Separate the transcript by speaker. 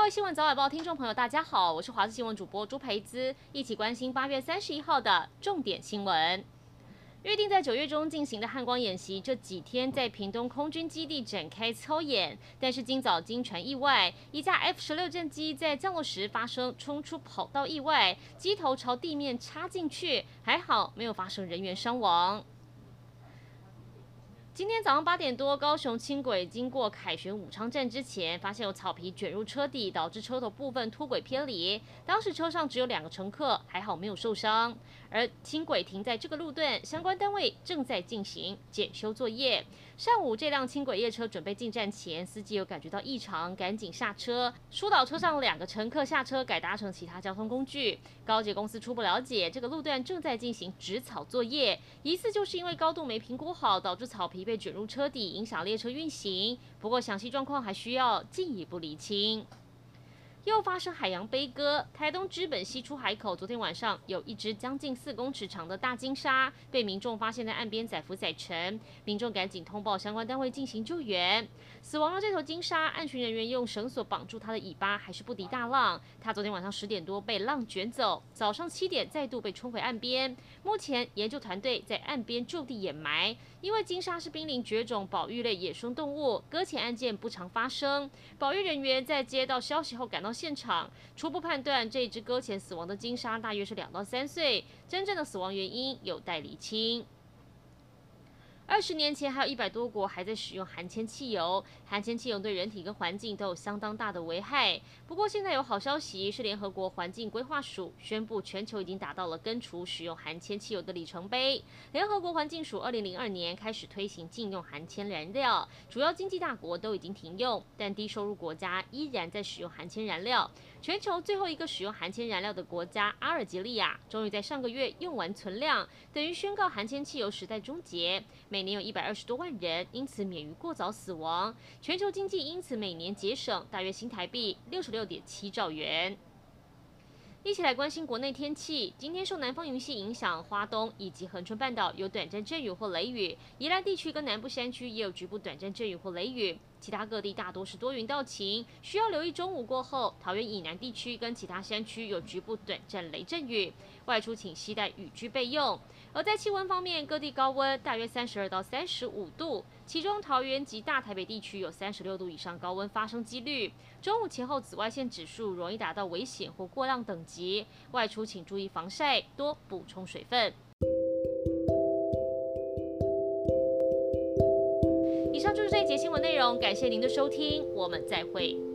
Speaker 1: 位新闻早晚报听众朋友，大家好，我是华视新闻主播朱培姿，一起关心8月31号的重点新闻。预定在9月中进行的汉光演习，这几天在屏东空军基地展开操演，但是今早经传意外，一架 F-16战机在降落时发生冲出跑道意外，机头朝地面插进去，还好没有发生人员伤亡。今天早上8点多，高雄轻轨经过凯旋武昌站之前，发现有草皮卷入车底，导致车头部分脱轨偏离。当时车上只有2个乘客，还好没有受伤。而轻轨停在这个路段，相关单位正在进行检修作业。上午这辆轻轨夜车准备进站前，司机有感觉到异常，赶紧下车，疏导车上2个乘客下车，改搭乘其他交通工具。高捷公司初步了解，这个路段正在进行植草作业，疑似就是因为高度没评估好，导致草皮被卷入车底，影响列车运行。不过详细状况还需要进一步厘清。又发生海洋悲歌，台东知本溪出海口，昨天晚上有一只将近4公尺长的大金鲨被民众发现在岸边载浮载沉，民众赶紧通报相关单位进行救援。死亡的这头金鲨，岸巡人员用绳索绑住它的尾巴，还是不敌大浪。它昨天晚上10点多被浪卷走，早上7点再度被冲回岸边。目前研究团队在岸边就地掩埋，因为金鲨是濒临绝种保育类野生动物，搁浅案件不常发生。保育人员在接到消息后赶到现场，初步判断这只搁浅死亡的金鲨大约是2到3岁，真正的死亡原因有待厘清。20年前，还有100多国还在使用含铅汽油。含铅汽油对人体跟环境都有相当大的危害。不过，现在有好消息，是联合国环境规划署宣布，全球已经达到了根除使用含铅汽油的里程碑。联合国环境署2002年开始推行禁用含铅燃料，主要经济大国都已经停用，但低收入国家依然在使用含铅燃料。全球最后一个使用含铅燃料的国家阿尔及利亚，终于在上个月用完存量，等于宣告含铅汽油时代终结。每年有120多万人因此免于过早死亡，全球经济因此每年节省大约新台币66.7兆元。一起来关心国内天气。今天受南方云系影响，花东以及恒春半岛有短暂阵雨或雷雨，宜兰地区跟南部山区也有局部短暂阵雨或雷雨。其他各地大多是多云到晴，需要留意中午过后，桃园以南地区跟其他山区有局部短暂雷阵雨，外出请携带雨具备用。而在气温方面，各地高温大约32到35度，其中桃园及大台北地区有36度以上高温发生几率。中午前后紫外线指数容易达到危险或过量等级，外出请注意防晒，多补充水分。以上就是这一节新闻内容，感谢您的收听，我们再会。